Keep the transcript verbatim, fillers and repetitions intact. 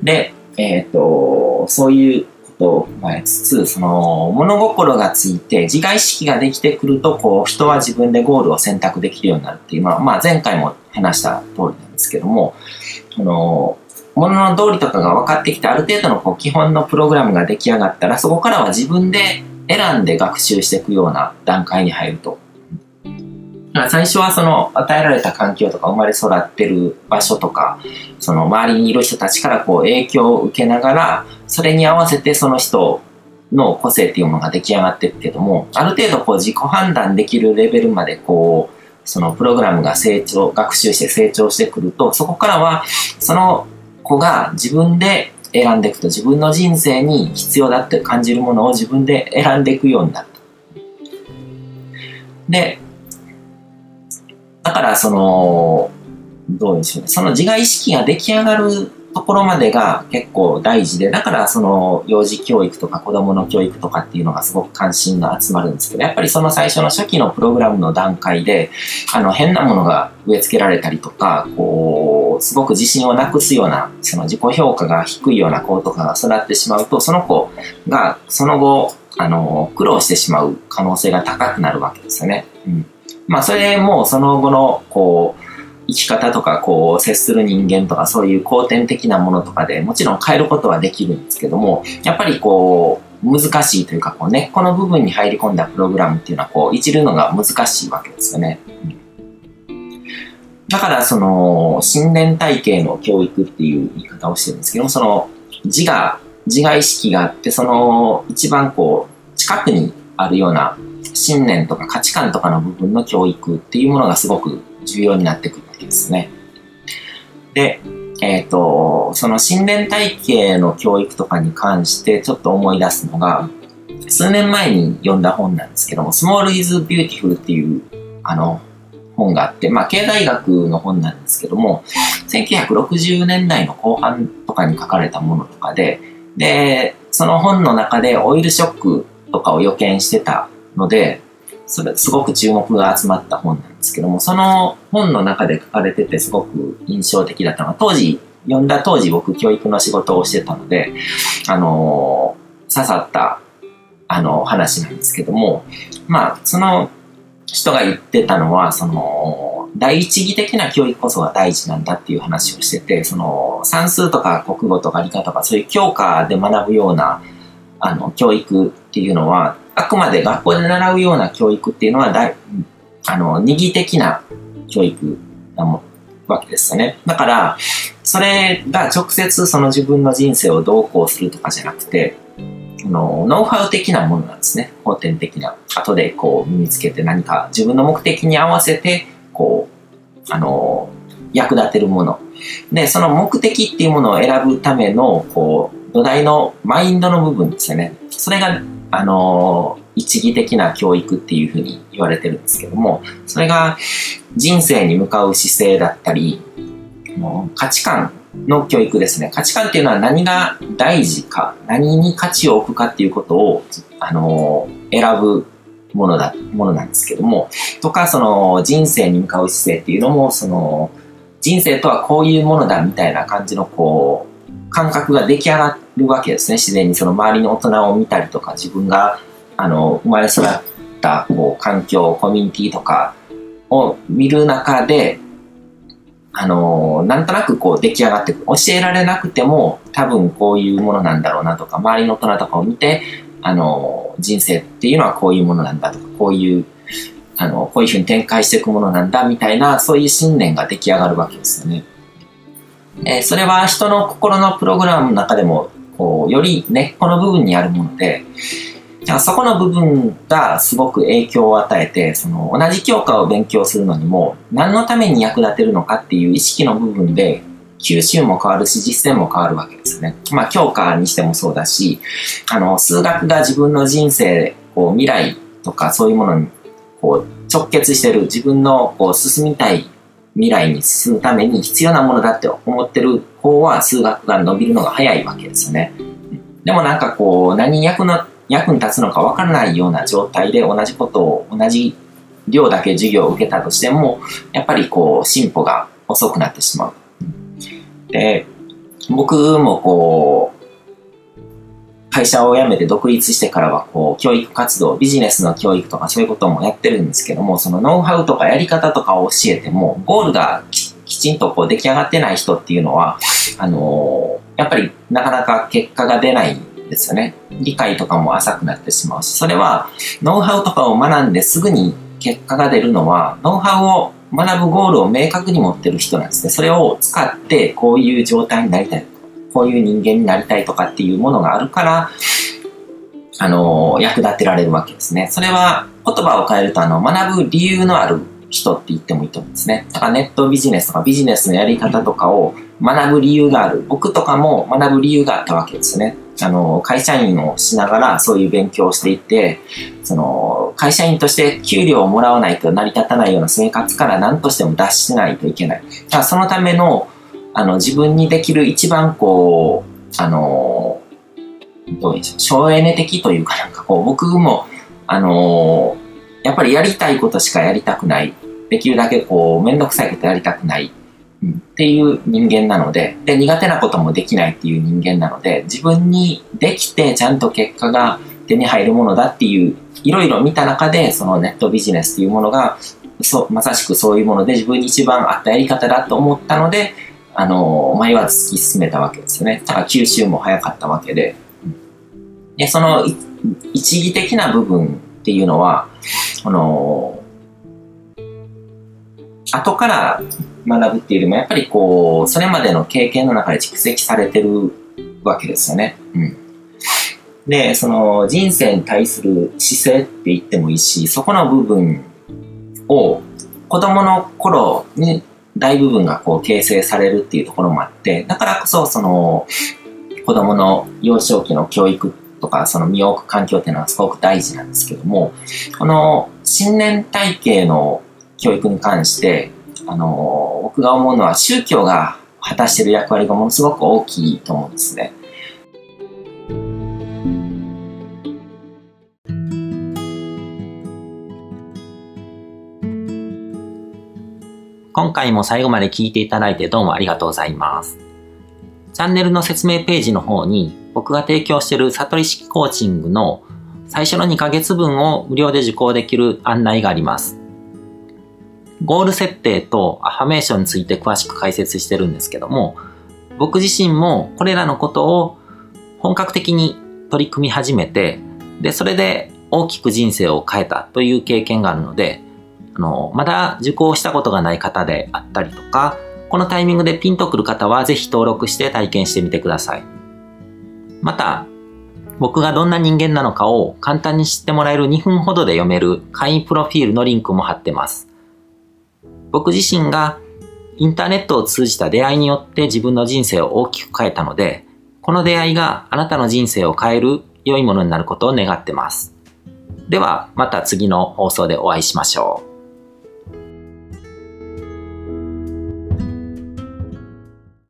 で、えっと、そういうことを踏まえつつ、その、物心がついて、自我意識ができてくると、こう、人は自分でゴールを選択できるようになるっていうのは、まあ、前回も話した通りなんですけども、あの、物の道理とかが分かってきて、ある程度のこう基本のプログラムが出来上がったら、そこからは自分で選んで学習していくような段階に入ると。最初はその与えられた環境とか生まれ育ってる場所とか、その周りにいる人たちからこう影響を受けながら、それに合わせてその人の個性っていうものが出来上がっていくけども、ある程度こう自己判断できるレベルまでこう、そのプログラムが成長、学習して成長してくると、そこからはその子が自分で選んでいくと、自分の人生に必要だって感じるものを自分で選んでいくようになると。で、だからその、どうでしょうね。その自我意識が出来上がるところまでが結構大事で、だからその幼児教育とか子供の教育とかっていうのがすごく関心が集まるんですけど、やっぱりその最初の初期のプログラムの段階で、あの変なものが植え付けられたりとか、こう、すごく自信をなくすような、その自己評価が低いような子とかが育ってしまうと、その子がその後、あの、苦労してしまう可能性が高くなるわけですよね。うん。まあそれもその後のこう生き方とかこう接する人間とかそういう後天的なものとかでもちろん変えることはできるんですけども、やっぱりこう難しいというかこう根っこの部分に入り込んだプログラムっていうのはこういじるのが難しいわけですよね。だからその心連体系の教育っていう言い方をしてるんですけども、その自我、自我意識があってその一番こう近くにあるような信念とか価値観とかの部分の教育っていうものがすごく重要になってくるわけですね。で、えっと、その心連体系の教育とかに関してちょっと思い出すのが、数年前に読んだ本なんですけども、Small is Beautiful っていうあの本があって、まあ経済学の本なんですけども、せんきゅうひゃくろくじゅうねんだいの後半とかに書かれたものとかで、で、その本の中でオイルショックとかを予見してたので、それすごく注目が集まった本なんですけども、その本の中で書かれててすごく印象的だったのは、当時、読んだ当時僕教育の仕事をしてたので、あのー、刺さった、あの、話なんですけども、まあ、その人が言ってたのは、その、第一義的な教育こそが大事なんだっていう話をしてて、その、算数とか国語とか理科とかそういう教科で学ぶような、あの、教育っていうのは、あくまで学校で習うような教育っていうのは大、あの、二義的な教育なわけですよね。だから、それが直接その自分の人生をどうこうするとかじゃなくて、あのノウハウ的なものなんですね。後天的な。後でこう身につけて何か自分の目的に合わせて、こう、あの、役立てるもの。で、その目的っていうものを選ぶための、こう、土台のマインドの部分ですよね。それが、あの、一義的な教育っていうふうに言われてるんですけども、それが人生に向かう姿勢だったり、価値観の教育ですね。価値観っていうのは何が大事か、何に価値を置くかっていうことを、あの、選ぶものだ、ものなんですけども、とか、その人生に向かう姿勢っていうのも、その人生とはこういうものだみたいな感じのこう、感覚が出来上がるわけですね。自然にその周りの大人を見たりとか、自分があの生まれ育ったこう環境、コミュニティとかを見る中で、あのなんとなくこう出来上がってくる。教えられなくても多分こういうものなんだろうなとか、周りの大人とかを見て、あの人生っていうのはこういうものなんだとか、こういうあのこういうふうに展開していくものなんだみたいな、そういう信念が出来上がるわけですよね。えー、それは人の心のプログラムの中でもこうより根っこの部分にあるもので、じゃあそこの部分がすごく影響を与えて、その同じ教科を勉強するのにも何のために役立てるのかっていう意識の部分で吸収も変わるし実践も変わるわけですね。まあ教科にしてもそうだし、あの数学が自分の人生、こう未来とかそういうものにこう直結してる、自分のこう進みたい未来に進むために必要なものだって思ってる方は数学が伸びるのが早いわけですよね。でもなんかこう何役の役に立つのか分からないような状態で同じことを同じ量だけ授業を受けたとしてもやっぱりこう進歩が遅くなってしまう。で、 僕もこう、会社を辞めて独立してからは、こう、教育活動、ビジネスの教育とかそういうこともやってるんですけども、そのノウハウとかやり方とかを教えても、ゴールがき、きちんとこう出来上がってない人っていうのは、あのー、やっぱりなかなか結果が出ないんですよね。理解とかも浅くなってしまうし、それは、ノウハウとかを学んですぐに結果が出るのは、ノウハウを学ぶゴールを明確に持ってる人なんですね。それを使って、こういう状態になりたい。こういう人間になりたいとかっていうものがあるから、あの、役立てられるわけですね。それは言葉を変えると、あの、学ぶ理由のある人って言ってもいいと思うんですね。だからネットビジネスとかビジネスのやり方とかを学ぶ理由がある。僕とかも学ぶ理由があったわけですね。あの、会社員をしながらそういう勉強をしていて、その、会社員として給料をもらわないと成り立たないような生活から何としても脱しないといけない。だからそのためのあの、自分にできる一番こう、あの、どうでしょう、省エネ的というかなんかこう、僕も、あの、やっぱりやりたいことしかやりたくない。できるだけこう、めんどくさいことやりたくない。うん、っていう人間なので、で、苦手なこともできないっていう人間なので、自分にできてちゃんと結果が手に入るものだっていう、いろいろ見た中で、そのネットビジネスっていうものが、そう、まさしくそういうもので自分に一番合ったやり方だと思ったので、あの、迷わず突き進めたわけですよね。だから吸収も早かったわけで。で、その一義的な部分っていうのは、あの、後から学ぶっていうよりも、やっぱりこう、それまでの経験の中で蓄積されてるわけですよね。うん。で、その人生に対する姿勢って言ってもいいし、そこの部分を子供の頃に大部分がこう形成されるっていうところもあって、だからこそその子供の幼少期の教育とかその身を置く環境っていうのはすごく大事なんですけども、この信念体系の教育に関して、あの、僕が思うのは宗教が果たしている役割がものすごく大きいと思うんですね。 今回も最後まで聞いていただいてどうもありがとうございます。チャンネルの説明ページの方に僕が提供している悟り式コーチングの最初のにかげつぶんを無料で受講できる案内があります。ゴール設定とアファメーションについて詳しく解説してるんですけども、僕自身もこれらのことを本格的に取り組み始めて、で、それで大きく人生を変えたという経験があるので、あの、まだ受講したことがない方であったりとか、このタイミングでピンとくる方はぜひ登録して体験してみてください。また、僕がどんな人間なのかを簡単に知ってもらえるにふんほどで読める会員プロフィールのリンクも貼ってます。僕自身がインターネットを通じた出会いによって自分の人生を大きく変えたので、この出会いがあなたの人生を変える良いものになることを願ってます。ではまた次の放送でお会いしましょう。